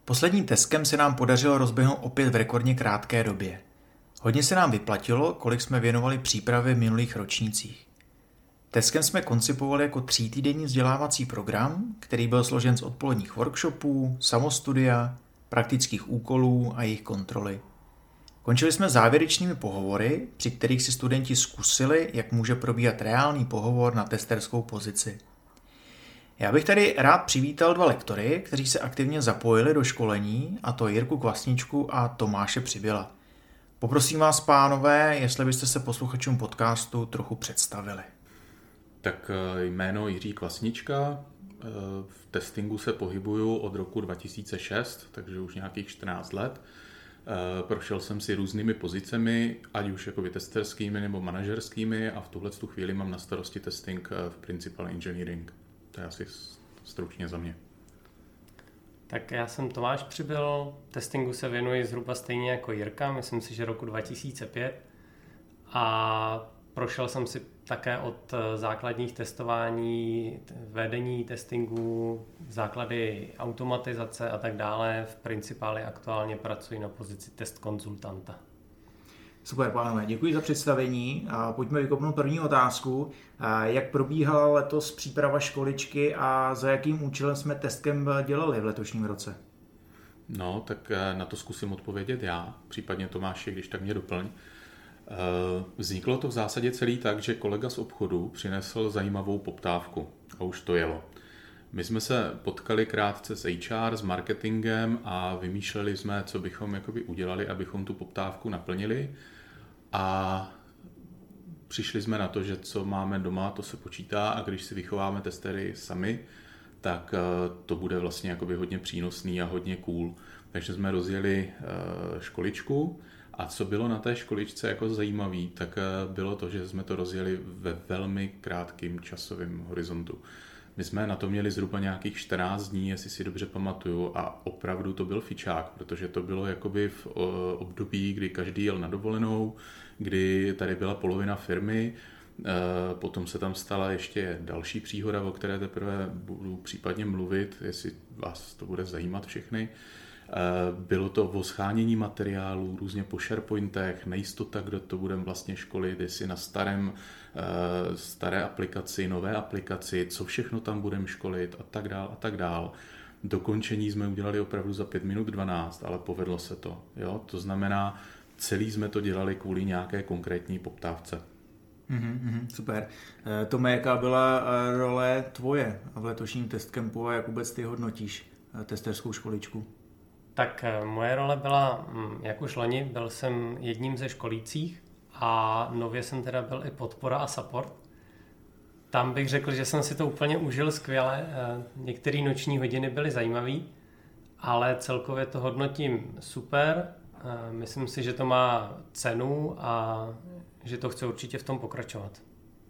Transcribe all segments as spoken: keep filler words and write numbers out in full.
Poslední testkem se nám podařilo rozběhnout opět v rekordně krátké době. Hodně se nám vyplatilo, kolik jsme věnovali přípravě v minulých ročnících. Testkem jsme koncipovali jako třítýdenní vzdělávací program, který byl složen z odpoledních workshopů, samostudia, praktických úkolů a jejich kontroly. Končili jsme závěrečnými pohovory, při kterých si studenti zkusili, jak může probíhat reálný pohovor na testerskou pozici. Já bych tady rád přivítal dva lektory, kteří se aktivně zapojili do školení, a to Jirku Kvasničku a Tomáše Přibyla. Poprosím vás, pánové, jestli byste se posluchačům podcastu trochu představili. Tak jméno Jiří Kvasnička, v testingu se pohybuju od roku dva tisíce šest, takže už nějakých čtrnáct let. Prošel jsem si různými pozicemi, ať už jako testerskými nebo manažerskými, a v tuhle chvíli mám na starosti testing v Principal Engineering. To je asi stručně za mě. Tak já jsem Tomáš Přibyl, testingu se věnuji zhruba stejně jako Jirka, myslím si, že roku dva tisíce pět, a prošel jsem si také od základních testování, vedení testingu, základy automatizace a tak dále. V Principáli aktuálně pracuji na pozici test konzultanta. Super, pánové, děkuji za představení a pojďme vykopnout první otázku. Jak probíhala letos příprava školičky a za jakým účelem jsme testkem dělali v letošním roce? No, tak na to zkusím odpovědět já, případně Tomáši, když tak mě doplň. Vzniklo to v zásadě celý tak, že kolega z obchodu přinesl zajímavou poptávku a už to jelo. My jsme se potkali krátce s H R, s marketingem a vymýšleli jsme, co bychom jakoby udělali, abychom tu poptávku naplnili, a přišli jsme na to, že co máme doma, to se počítá, a když si vychováme testery sami, tak to bude vlastně jakoby hodně přínosný a hodně cool. Takže jsme rozjeli školičku. A co bylo na té školičce jako zajímavé, tak bylo to, že jsme to rozjeli ve velmi krátkém časovém horizontu. My jsme na to měli zhruba nějakých čtrnáct dní, jestli si dobře pamatuju, a opravdu to byl fičák, protože to bylo jakoby v období, kdy každý jel na dovolenou, kdy tady byla polovina firmy, potom se tam stala ještě další příhoda, o které teprve budu případně mluvit, jestli vás to bude zajímat všechny. Bylo to o schánění materiálů, různě po SharePointech, nejistota, kdo to budeme vlastně školit, jestli na starém, staré aplikaci, nové aplikaci, co všechno tam budeme školit a tak dál a tak dál. Dokončení jsme udělali opravdu za pět minut dvanáct, ale povedlo se to. Jo? To znamená, celý jsme to dělali kvůli nějaké konkrétní poptávce. Mm-hmm, super. Tome, jaká byla role tvoje v letošním testcampu a jak vůbec ty hodnotíš testerskou školičku? Tak moje role byla, jak už loni, byl jsem jedním ze školících a nově jsem teda byl i podpora a support. Tam bych řekl, že jsem si to úplně užil skvěle. Některé noční hodiny byly zajímavé, ale celkově to hodnotím super. Myslím si, že to má cenu a že to chci určitě v tom pokračovat.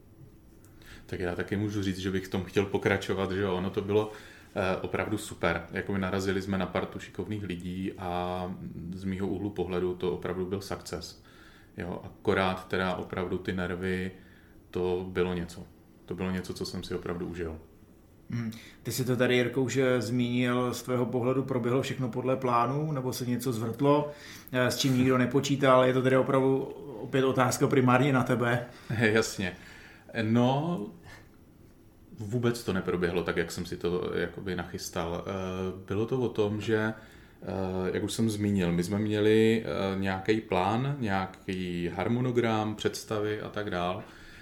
Tak já taky můžu říct, že bych v tom chtěl pokračovat, že ono to bylo opravdu super. Jakoby narazili jsme na partu šikovných lidí a z mýho úhlu pohledu to opravdu byl success. Jo, akorát teda opravdu ty nervy, to bylo něco. To bylo něco, co jsem si opravdu užil. Hmm. Ty si to tady, Jirko, už zmínil, z tvého pohledu proběhlo všechno podle plánu, nebo se něco zvrtlo, s čím nikdo nepočítal? Je to tedy opravdu opět otázka primárně na tebe? Jasně. No, vůbec to neproběhlo tak, jak jsem si to jakoby nachystal. Bylo to o tom, že, jak už jsem zmínil, my jsme měli nějaký plán, nějaký harmonogram, představy a tak dál.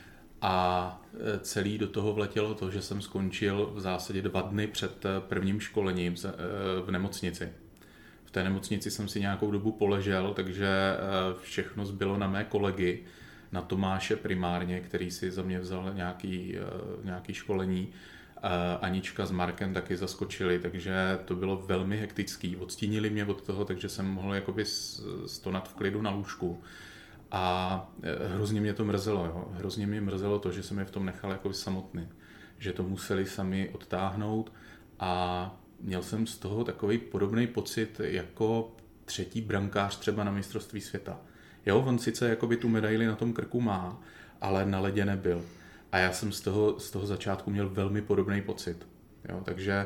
A celý do toho vletělo to, že jsem skončil v zásadě dva dny před prvním školením v nemocnici. V té nemocnici jsem si nějakou dobu poležel, takže všechno zbylo na mé kolegy, na Tomáše primárně, který si za mě vzal nějaký, nějaký školení. Anička s Markem taky zaskočili, takže to bylo velmi hektický. Odstínili mě od toho, takže jsem mohl jakoby stonat v klidu na lůžku. A hrozně mě to mrzelo. Jo. Hrozně mě mrzelo to, že jsem je v tom nechal jako samotný. Že to museli sami odtáhnout, a měl jsem z toho takový podobný pocit jako třetí brankář třeba na mistrovství světa. Jo, on sice jakoby tu medaili na tom krku má, ale na ledě nebyl. A já jsem z toho, z toho začátku měl velmi podobný pocit. Jo, takže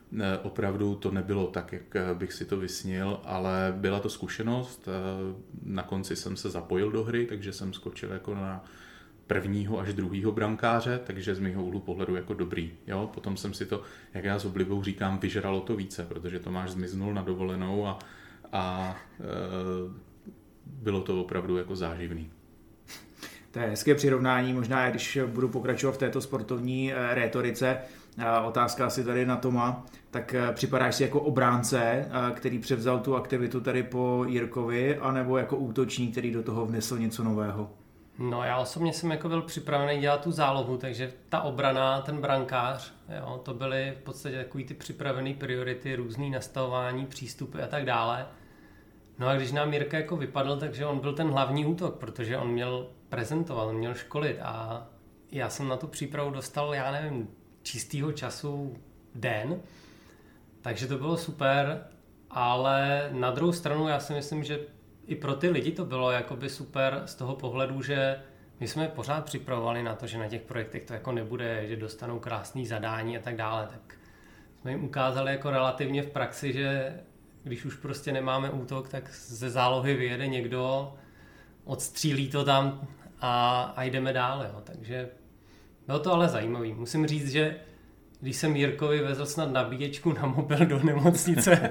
Opravdu to nebylo tak, jak bych si to vysnil, ale byla to zkušenost. Na konci jsem se zapojil do hry, takže jsem skočil jako na prvního až druhýho brankáře, takže z mého úhlu pohledu jako dobrý. Jo? Potom jsem si to, jak já s oblibou říkám, vyžralo to více, protože Tomáš zmiznul na dovolenou a, a e, bylo to opravdu jako záživný. To je hezké přirovnání, možná když budu pokračovat v této sportovní rétorice, otázka asi tady na Toma, tak připadáš si jako obránce, který převzal tu aktivitu tady po Jirkovi, anebo jako útočník, který do toho vnesl něco nového? No já osobně jsem jako byl připravený dělat tu zálohu, takže ta obrana, ten brankář, jo, to byly v podstatě takový ty připravené priority, různý nastavování, přístupy a tak dále. No a když nám Jirka jako vypadl, takže on byl ten hlavní útok, protože on měl prezentovat, on měl školit a já jsem na tu přípravu dostal, já nevím, čistýho času den, takže to bylo super, ale na druhou stranu já si myslím, že i pro ty lidi to bylo jakoby super z toho pohledu, že my jsme pořád připravovali na to, že na těch projektech to jako nebude, že dostanou krásný zadání a tak dále, tak jsme jim ukázali jako relativně v praxi, že když už prostě nemáme útok, tak ze zálohy vyjede někdo, odstřílí to tam a, a jdeme dál. Jo. Takže bylo to ale zajímavý. Musím říct, že když jsem Jirkovi vezl snad nabíječku na mobil do nemocnice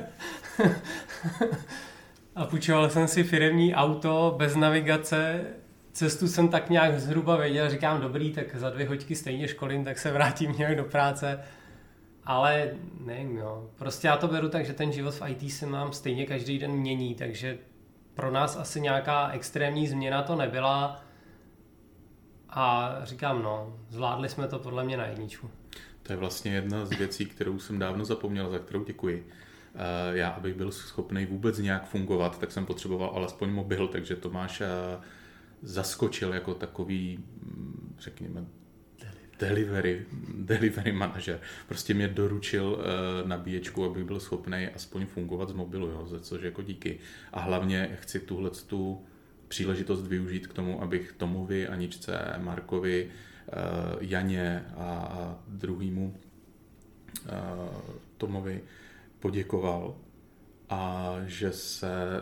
a půjčoval jsem si firemní auto bez navigace, cestu jsem tak nějak zhruba věděl, říkám dobrý, tak za dvě hoďky stejně školím, tak se vrátím nějak do práce. Ale nevím, jo. Prostě já to beru tak, že ten život v í té se nám stejně každý den mění, takže pro nás asi nějaká extrémní změna to nebyla a říkám, no, zvládli jsme to podle mě na jedničku. To je vlastně jedna z věcí, kterou jsem dávno zapomněl, za kterou děkuji. Já, abych byl schopný vůbec nějak fungovat, tak jsem potřeboval alespoň mobil, takže Tomáš zaskočil jako takový, řekněme, Delivery, delivery manažer. Prostě mě doručil uh, nabíječku, abych byl schopný aspoň fungovat z mobilu, jo, za což jako díky. A hlavně chci tuhletu příležitost využít k tomu, abych Tomovi, Aničce, Markovi, uh, Janě a, a druhýmu uh, Tomovi poděkoval a že se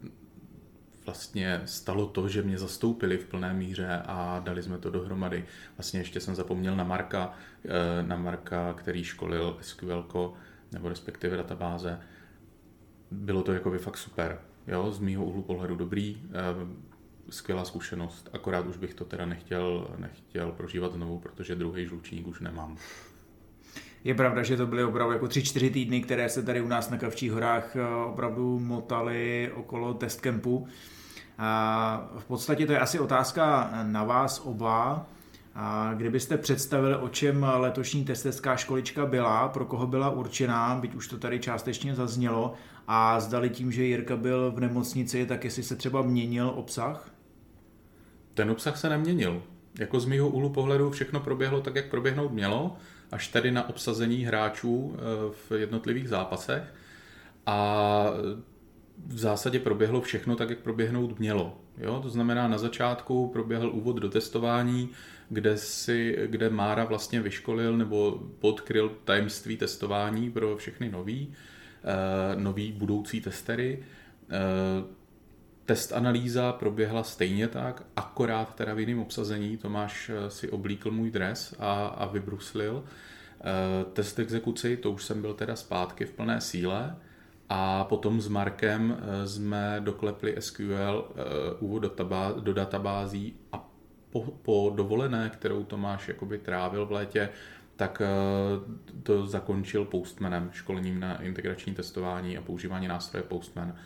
vlastně stalo to, že mě zastoupili v plné míře a dali jsme to dohromady. Vlastně ještě jsem zapomněl na Marka, na Marka, který školil es kvé elko, nebo respektive databáze. Bylo to jako by fakt super. Jo, z mýho úhlu pohledu dobrý, skvělá zkušenost, akorát už bych to teda nechtěl, nechtěl prožívat znovu, protože druhý žlučník už nemám. Je pravda, že to byly opravdu jako tři, čtyři týdny, které se tady u nás na Kavčích horách opravdu motaly okolo testcampu. A v podstatě to je asi otázka na vás oba. A kdybyste představili, o čem letošní testerská školička byla, pro koho byla určená, byť už to tady částečně zaznělo, a zdali tím, že Jirka byl v nemocnici, tak jestli se třeba měnil obsah? Ten obsah se neměnil. Jako z mýho úhlu pohledu všechno proběhlo tak, jak proběhnout mělo, až tady na obsazení hráčů v jednotlivých zápasech. A v zásadě proběhlo všechno tak, jak proběhnout mělo. Jo? To znamená, na začátku proběhl úvod do testování, kde, si, kde Mára vlastně vyškolil nebo podkryl tajemství testování pro všechny nový, eh, nový budoucí testery. Eh, test analýza proběhla stejně tak, akorát teda v jiném obsazení. Tomáš si oblíkl můj dres a, a vybruslil. Eh, test exekuci, to už jsem byl teda zpátky v plné síle. A potom s Markem jsme doklepli es kvé el, úvod do databází a po, po dovolené, kterou Tomáš jakoby trávil v létě, tak to zakončil Postmanem, školením na integrační testování a používání nástroje Postman.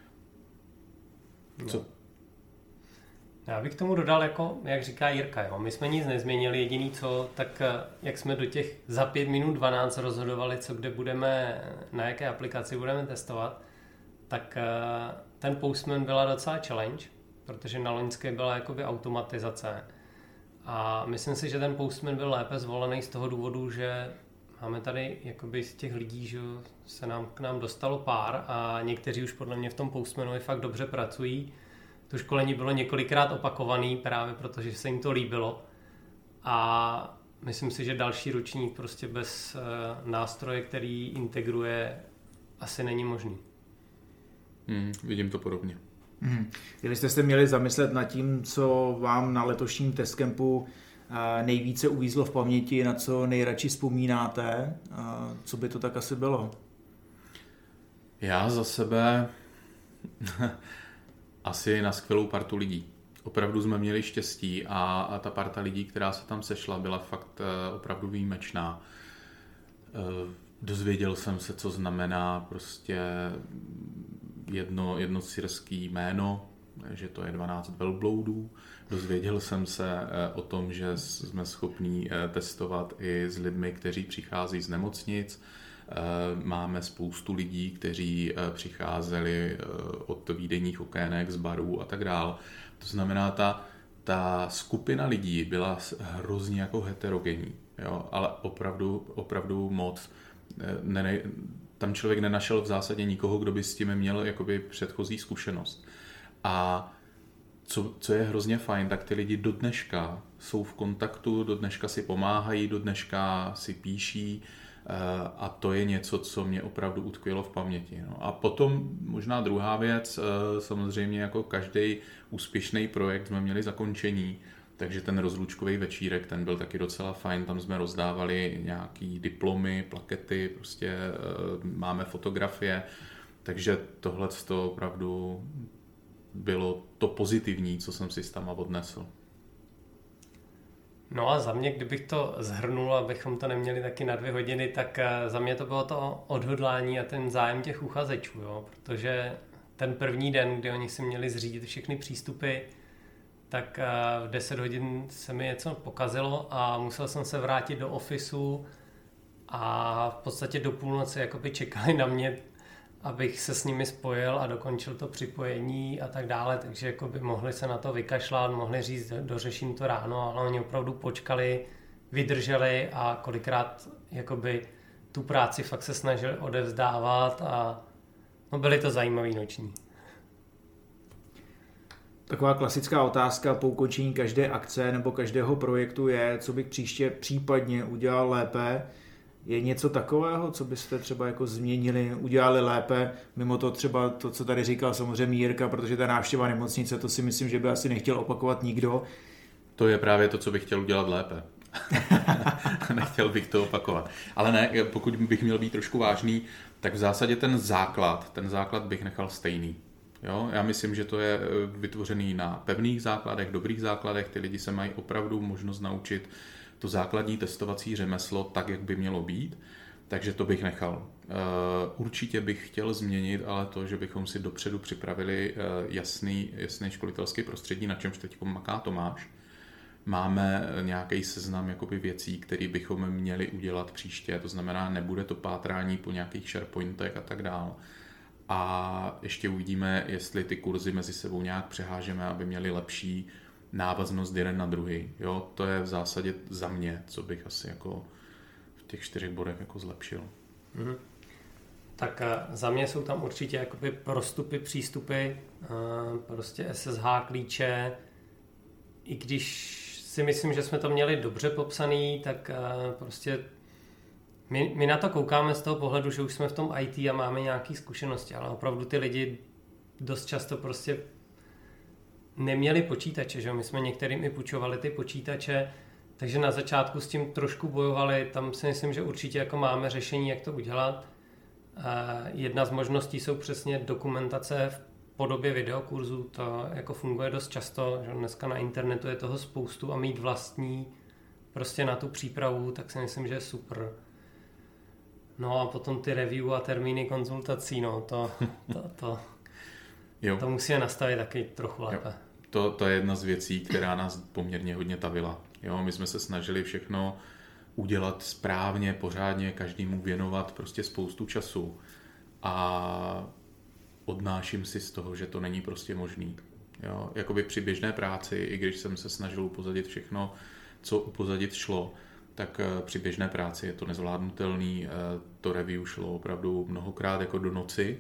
Co? No. Já bych tomu dodal, jako, jak říká Jirka, jo. My jsme nic nezměnili, jediný co, tak jak jsme do těch za pět minut dvanáct rozhodovali, co kde budeme, na jaké aplikaci budeme testovat, tak ten Postman byla docela challenge, protože na loňské byla jakoby automatizace. A myslím si, že ten Postman byl lépe zvolený z toho důvodu, že máme tady jakoby z těch lidí, že se nám k nám dostalo pár a někteří už podle mě v tom Postmanovi fakt dobře pracují. To školení bylo několikrát opakované právě protože se jim to líbilo. A myslím si, že další ročník prostě bez nástroje, který integruje, asi není možný. Hmm, vidím to podobně. Hmm. Kdybyste se měli zamyslet nad tím, co vám na letošním testcampu nejvíce uvízlo v paměti, na co nejradši vzpomínáte, co by to tak asi bylo? Já za sebe asi na skvělou partu lidí. Opravdu jsme měli štěstí a, a ta parta lidí, která se tam sešla, byla fakt opravdu výjimečná. Dozvěděl jsem se, co znamená prostě jedno, jedno syrský jméno, že to je dvanáct velbloudů. Dozvěděl jsem se o tom, že jsme schopní testovat i s lidmi, kteří přichází z nemocnic. Máme spoustu lidí, kteří přicházeli od výdejních okének, z barů a tak dále. To znamená, ta, ta skupina lidí byla hrozně jako heterogenní, jo? Ale opravdu, opravdu moc. Ne, tam člověk nenašel v zásadě nikoho, kdo by s tím měl jakoby předchozí zkušenost. A co, co je hrozně fajn, tak ty lidi do dneška jsou v kontaktu, do dneška si pomáhají, do dneška si píší a to je něco, co mě opravdu utkvělo v paměti. No. A potom možná druhá věc, samozřejmě jako každý úspěšný projekt jsme měli zakončení, takže ten rozlučkový večírek, ten byl taky docela fajn, tam jsme rozdávali nějaký diplomy, plakety, prostě máme fotografie, takže tohle to opravdu bylo to pozitivní, co jsem si s tam odnesl. No a za mě, kdybych to zhrnul, abychom to neměli taky na dvě hodiny, tak za mě to bylo to odhodlání a ten zájem těch uchazečů, jo? Protože ten první den, kdy oni si měli zřídit všechny přístupy, tak v deset hodin se mi něco pokazilo a musel jsem se vrátit do ofisu a v podstatě do půlnoci jakoby čekali na mě, abych se s nimi spojil a dokončil to připojení a tak dále, takže jakoby mohli se na to vykašlat, mohli říct, dořeším to ráno, ale oni opravdu počkali, vydrželi a kolikrát jakoby tu práci fakt se snažili odevzdávat a no, byly to zajímavý noční. Taková klasická otázka po ukončení každé akce nebo každého projektu je, co bych příště případně udělal lépe. Je něco takového, co byste třeba jako změnili, udělali lépe, mimo to třeba to, co tady říkal samozřejmě Jirka, protože ta návštěva nemocnice, to si myslím, že by asi nechtěl opakovat nikdo. To je právě to, co bych chtěl udělat lépe. Nechtěl bych to opakovat. Ale ne, pokud bych měl být trošku vážný, tak v zásadě ten základ, ten základ bych nechal stejný. Jo? Já myslím, že to je vytvořený na pevných základech, dobrých základech, ty lidi se mají opravdu možnost naučit to základní testovací řemeslo tak, jak by mělo být, takže to bych nechal. Určitě bych chtěl změnit, ale to, že bychom si dopředu připravili jasný, jasný školitelský prostředí, na čemž teď maká Tomáš. Máme nějaký seznam jakoby věcí, které bychom měli udělat příště, to znamená, nebude to pátrání po nějakých SharePointech a tak dále. A ještě uvidíme, jestli ty kurzy mezi sebou nějak přehážeme, aby měli lepší návaznost jeden na druhý. Jo, to je v zásadě za mě, co bych asi jako v těch čtyřech bodech jako zlepšil. Mm-hmm. Tak za mě jsou tam určitě jakoby prostupy, přístupy, prostě S S H klíče. I když si myslím, že jsme to měli dobře popsaný, tak prostě my, my na to koukáme z toho pohledu, že už jsme v tom I T a máme nějaké zkušenosti, ale opravdu ty lidi dost často prostě neměli počítače, že my jsme některým i půjčovali ty počítače, takže na začátku s tím trošku bojovali, tam si myslím, že určitě jako máme řešení, jak to udělat. Jedna z možností jsou přesně dokumentace v podobě videokurzů, to jako funguje dost často, že dneska na internetu je toho spoustu a mít vlastní prostě na tu přípravu, tak si myslím, že je super. No a potom ty review a termíny konzultací, no to, to, to, jo. to musíme nastavit taky trochu lépe. Jo. To, to je jedna z věcí, která nás poměrně hodně tavila. Jo, my jsme se snažili všechno udělat správně, pořádně, každému věnovat prostě spoustu času. A odnáším si z toho, že to není prostě možný. Jo, jakoby při běžné práci, i když jsem se snažil upozadit všechno, co upozadit šlo, tak při běžné práci je to nezvládnutelný. To review šlo opravdu mnohokrát jako do noci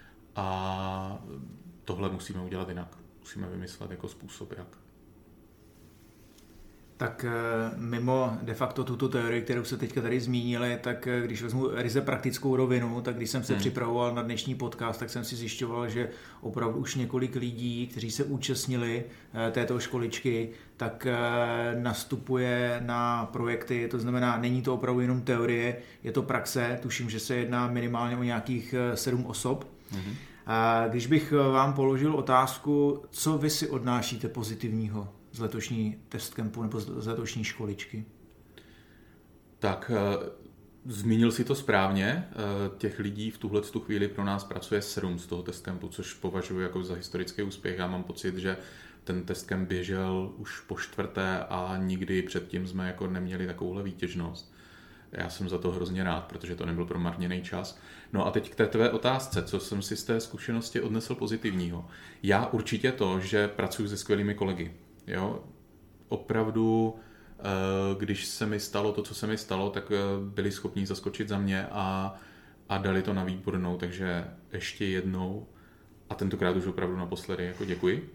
a tohle musíme udělat jinak. Musíme vymyslet jako způsob, jak. Tak mimo de facto tuto teorii, kterou se teďka tady zmínili, tak když vezmu ryze praktickou rovinu, tak když jsem se hmm. připravoval na dnešní podcast, tak jsem si zjišťoval, že opravdu už několik lidí, kteří se účastnili této školičky, tak nastupuje na projekty, to znamená, není to opravdu jenom teorie, je to praxe, tuším, že se jedná minimálně o nějakých sedm osob. Hmm. A když bych vám položil otázku, co vy si odnášíte pozitivního z letošní testcampu nebo z letošní školičky? Tak, zmínil si to správně. Těch lidí v tuhle tu chvíli pro nás pracuje sedm z toho testcampu, což považuji jako za historický úspěch. Já mám pocit, že ten testcamp běžel už po čtvrté a nikdy předtím jsme jako neměli takovouhle výtěžnost. Já jsem za to hrozně rád, protože to nebyl promarněný čas. No a teď k té tvé otázce, co jsem si z té zkušenosti odnesl pozitivního. Já určitě to, že pracuji se skvělými kolegy. Jo, opravdu, když se mi stalo to, co se mi stalo, tak byli schopni zaskočit za mě a, a dali to na výbornou, takže ještě jednou a tentokrát už opravdu naposledy, jako děkuji.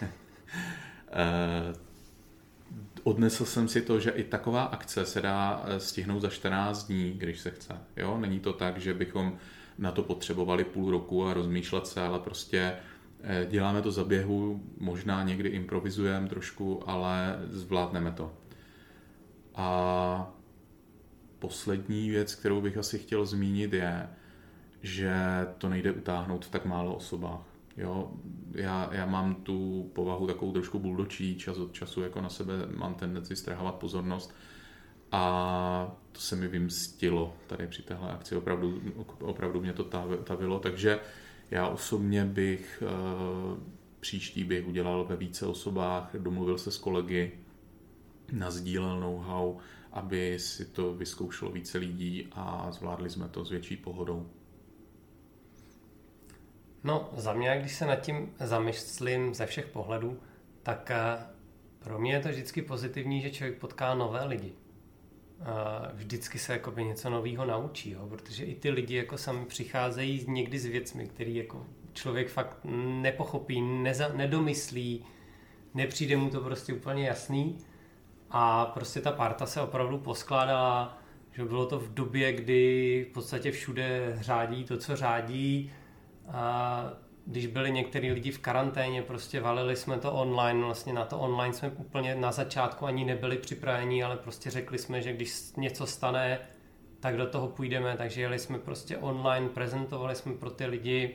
Odnesl jsem si to, že i taková akce se dá stihnout za čtrnáct dní, když se chce. Jo? Není to tak, že bychom na to potřebovali půl roku a rozmýšlet se, ale prostě děláme to za běhu, možná někdy improvizujeme trošku, ale zvládneme to. A poslední věc, kterou bych asi chtěl zmínit, je, že to nejde utáhnout v tak málo osobách. Jo? Já, já mám tu povahu takovou trošku buldočí, čas od času jako na sebe mám tendenci strahovat pozornost a to se mi vymstilo tady při téhle akci. Opravdu, opravdu mě to tavilo, takže já osobně bych uh, příští běh udělal ve více osobách, domluvil se s kolegy, nasdílel know-how, aby si to vyzkoušelo více lidí a zvládli jsme to s větší pohodou. No, za mě, když se nad tím zamyslím ze všech pohledů, tak uh, pro mě je to vždycky pozitivní, že člověk potká nové lidi. Uh, vždycky se jakoby něco nového naučí, jo? Protože i ty lidi jako sami přicházejí někdy s věcmi, které jako člověk fakt nepochopí, neza, nedomyslí, nepřijde mu to prostě úplně jasný a prostě ta parta se opravdu poskládala, že bylo to v době, kdy v podstatě všude řádí to, co řádí. A když byli některý lidi v karanténě, prostě valili jsme to online, vlastně na to online jsme úplně na začátku ani nebyli připraveni, ale prostě řekli jsme, že když něco stane, tak do toho půjdeme, takže jeli jsme prostě online, prezentovali jsme pro ty lidi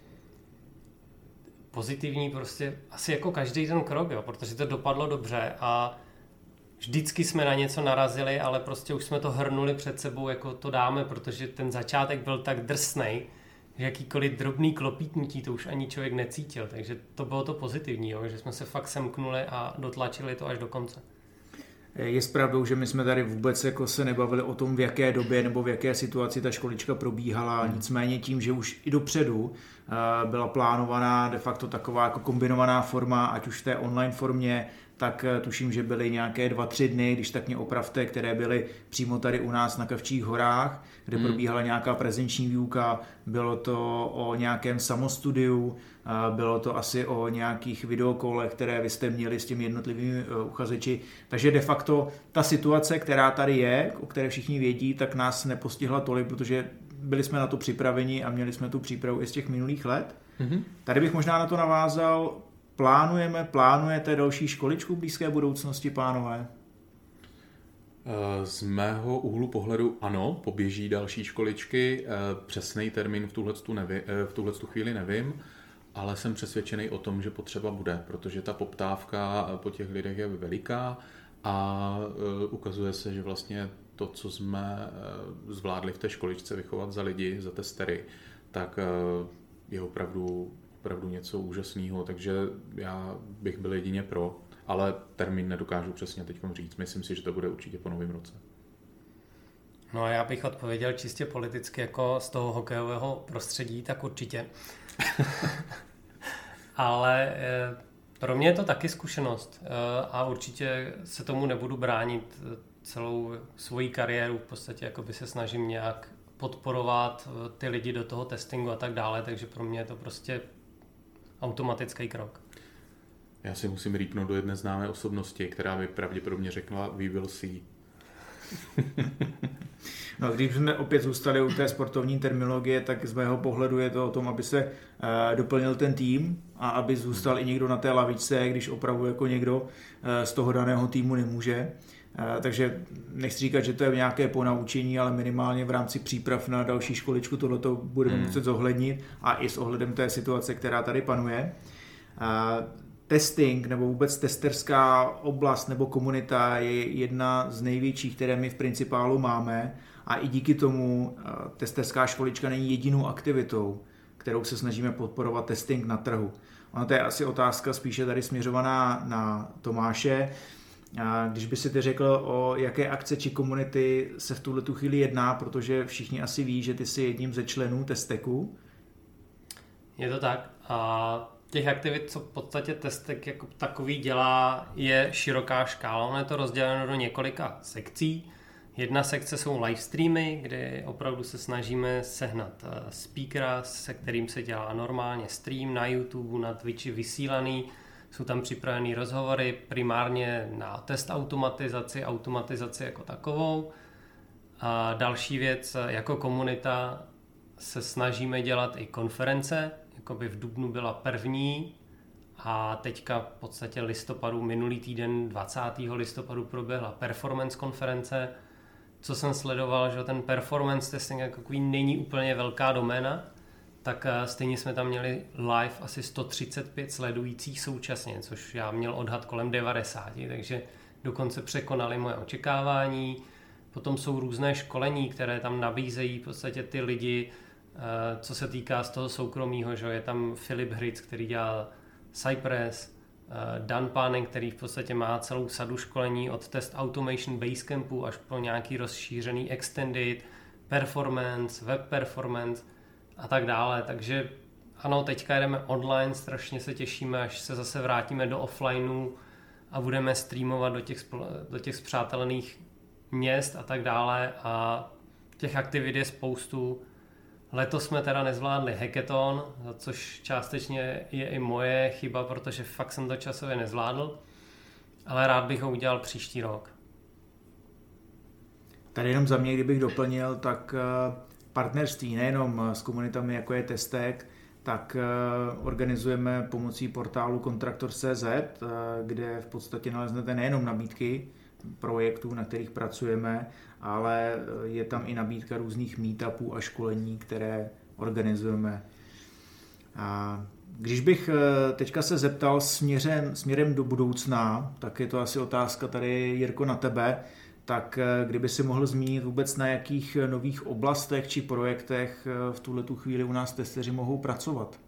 pozitivní prostě asi jako každý ten krok, jo, protože to dopadlo dobře a vždycky jsme na něco narazili, ale prostě už jsme to hrnuli před sebou, jako to dáme, protože ten začátek byl tak drsnej, že jakýkoliv drobný klopítnutí to už ani člověk necítil, takže to bylo to pozitivní, jo, že jsme se fakt semknuli a dotlačili to až do konce. Je pravdou, že my jsme tady vůbec jako se nebavili o tom, v jaké době nebo v jaké situaci ta školička probíhala, hmm. nicméně tím, že už i dopředu byla plánovaná de facto taková jako kombinovaná forma, ať už v té online formě, tak tuším, že byly nějaké dva, tři dny, když tak mě opravte, které byly přímo tady u nás na Kavčích horách, kde hmm. probíhala nějaká prezenční výuka, bylo to o nějakém samostudiu, bylo to asi o nějakých videokolech, které vy jste měli s těmi jednotlivými uchazeči, takže de facto ta situace, která tady je, o které všichni vědí, tak nás nepostihla tolik, protože byli jsme na to připraveni a měli jsme tu přípravu i z těch minulých let. Hmm. Tady bych možná na to navázal. Plánujeme, plánujete další školičku v blízké budoucnosti, pánové? Z mého úhlu pohledu ano, poběží další školičky. Přesný termín v tuhletu nevi, v tuhletu chvíli nevím, ale jsem přesvědčený o tom, že potřeba bude, protože ta poptávka po těch lidech je veliká a ukazuje se, že vlastně to, co jsme zvládli v té školičce vychovat za lidi, za testery, tak je opravdu opravdu něco úžasného, takže já bych byl jedině pro, ale termín nedokážu přesně teď říct. Myslím si, že to bude určitě po novém roce. No a já bych odpověděl čistě politicky jako z toho hokejového prostředí, tak určitě. Ale e, pro mě je to taky zkušenost e, a určitě se tomu nebudu bránit celou svoji kariéru, v podstatě jakoby se snažím nějak podporovat ty lidi do toho testingu a tak dále, takže pro mě je to prostě automatický krok. Já si musím rýpnout do jedné známé osobnosti, která by pravděpodobně řekla we will see. No, když jsme opět zůstali u té sportovní terminologie, tak z mého pohledu je to o tom, aby se uh, doplnil ten tým a aby zůstal hmm. i někdo na té lavičce, když opravdu jako někdo uh, z toho daného týmu nemůže. Uh, takže nechci říkat, že to je nějaké ponaučení, ale minimálně v rámci příprav na další školičku tohleto budeme hmm. muset zohlednit a i s ohledem té situace, která tady panuje. Uh, Testing nebo vůbec testerská oblast nebo komunita je jedna z největších, které my v Principálu máme a i díky tomu testerská školička není jedinou aktivitou, kterou se snažíme podporovat testing na trhu. Ono to je asi otázka spíše tady směřovaná na Tomáše. Když by si ty řekl, o jaké akce či komunity se v tuhletu chvíli jedná, protože všichni asi ví, že ty jsi jedním ze členů Testeku. Je to tak. A těch aktivit, co v podstatě Testek jako takový dělá, je široká škála. Ono je to rozděleno do několika sekcí. Jedna sekce jsou live streamy, kde opravdu se snažíme sehnat speakera, se kterým se dělá normálně stream na YouTube, na Twitchi vysílaný. Jsou tam připravený rozhovory primárně na test automatizaci, automatizaci jako takovou. A další věc, jako komunita se snažíme dělat i konference. Jakoby v dubnu byla první a teďka v podstatě listopadu, minulý týden dvacátého listopadu proběhla performance konference. Co jsem sledoval, že ten performance testing jako takový není úplně velká doména, tak stejně jsme tam měli live asi sto třicet pět sledujících současně, což já měl odhad kolem devadesát, takže dokonce překonali moje očekávání. Potom jsou různé školení, které tam nabízejí v podstatě ty lidi, co se týká z toho soukromího, že je tam Filip Hryc, který dělá Cypress, Dan Pánek, který v podstatě má celou sadu školení od test automation Basecampu až po nějaký rozšířený extended, performance, web performance a tak dále. Takže ano, teďka jdeme online, strašně se těšíme, až se zase vrátíme do offlineu a budeme streamovat do těch, do těch spřátelených měst a tak dále a těch aktivit je spoustu. Letos jsme teda nezvládli hackathon, což částečně je i moje chyba, protože fakt jsem to časově nezvládl, ale rád bych ho udělal příští rok. Tady jenom za mě, kdybych doplnil, tak partnerství nejenom s komunitami, jako je Testek, tak organizujeme pomocí portálu Kontraktor tečka cé zet, kde v podstatě naleznete nejenom nabídky projektů, na kterých pracujeme, ale je tam i nabídka různých meetupů a školení, které organizujeme. A když bych teďka se zeptal směrem, směrem do budoucna, tak je to asi otázka tady, Jirko, na tebe, tak kdyby si mohl zmínit vůbec, na jakých nových oblastech či projektech v tuhletu chvíli u nás testeři mohou pracovat?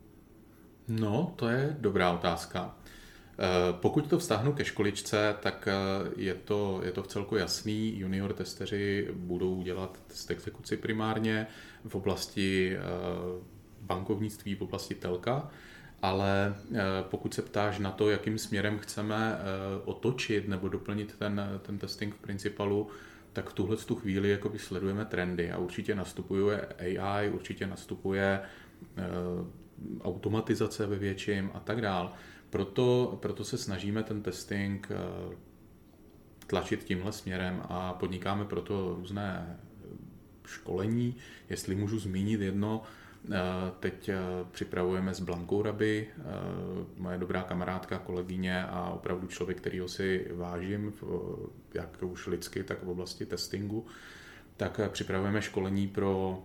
No, to je dobrá otázka. Pokud to vztahnu ke školičce, tak je to, je to v celku jasný. Junior testeři budou dělat test exekuci primárně v oblasti bankovnictví, v oblasti telka, ale pokud se ptáš na to, jakým směrem chceme otočit nebo doplnit ten, ten testing v Principalu, tak v tuhle tu chvíli jakoby sledujeme trendy a určitě nastupuje A I, určitě nastupuje automatizace ve větším a tak dál. Proto, proto se snažíme ten testing tlačit tímhle směrem a podnikáme proto různé školení. Jestli můžu zmínit jedno, teď připravujeme s Blankou Raby, moje dobrá kamarádka, kolegyně a opravdu člověk, kterýho si vážím, jak už lidsky, tak v oblasti testingu, tak připravujeme školení pro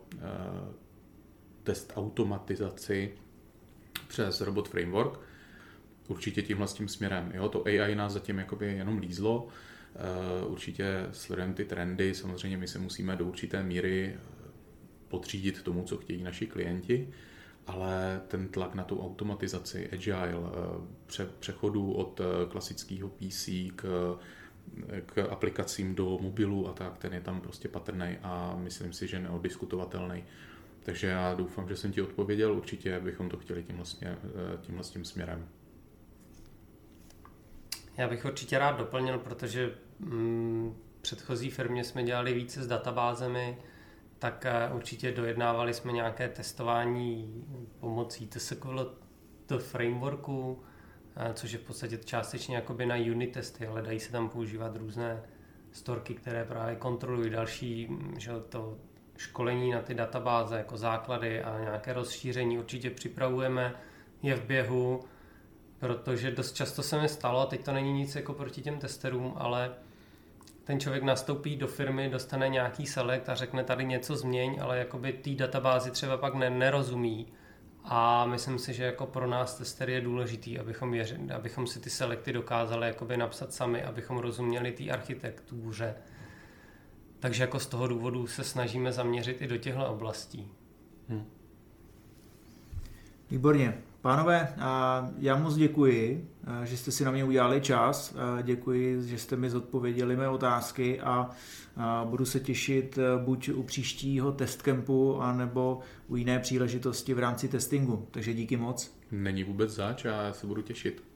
test automatizaci přes Robot Framework. Určitě tímhle s tím směrem. Jo? To A I nás zatím jakoby jenom lízlo. Určitě sledujeme ty trendy. Samozřejmě my se musíme do určité míry podřídit tomu, co chtějí naši klienti, ale ten tlak na tu automatizaci, agile, přechodu od klasického P C k, k aplikacím do mobilu a tak, ten je tam prostě patrný a myslím si, že neoddiskutovatelný. Takže já doufám, že jsem ti odpověděl. Určitě bychom to chtěli tímhle, směr, tímhle s tím směrem. Já bych určitě rád doplnil, protože mm, v předchozí firmě jsme dělali více s databázemi, tak uh, určitě dojednávali jsme nějaké testování pomocí T S Q L frameworku, což je v podstatě částečně jakoby na unit testy, ale dají se tam používat různé storky, které právě kontrolují další, že to školení na ty databáze jako základy a nějaké rozšíření. Určitě připravujeme, je v běhu, protože dost často se mi stalo, a teď to není nic jako proti těm testerům, ale ten člověk nastoupí do firmy, dostane nějaký select a řekne tady něco změň, ale jakoby té databázi třeba pak ne, nerozumí. A myslím si, že jako pro nás testery je důležitý, abychom, věřili, abychom si ty selecty dokázali jakoby napsat sami, abychom rozuměli té architektuře. Takže jako z toho důvodu se snažíme zaměřit i do těchto oblastí. Hmm. Výborně. Pánové, já moc děkuji, že jste si na mě udělali čas. Děkuji, že jste mi zodpověděli mé otázky a budu se těšit buď u příštího testcampu, anebo u jiné příležitosti v rámci testingu. Takže díky moc. Není vůbec zač a já se budu těšit.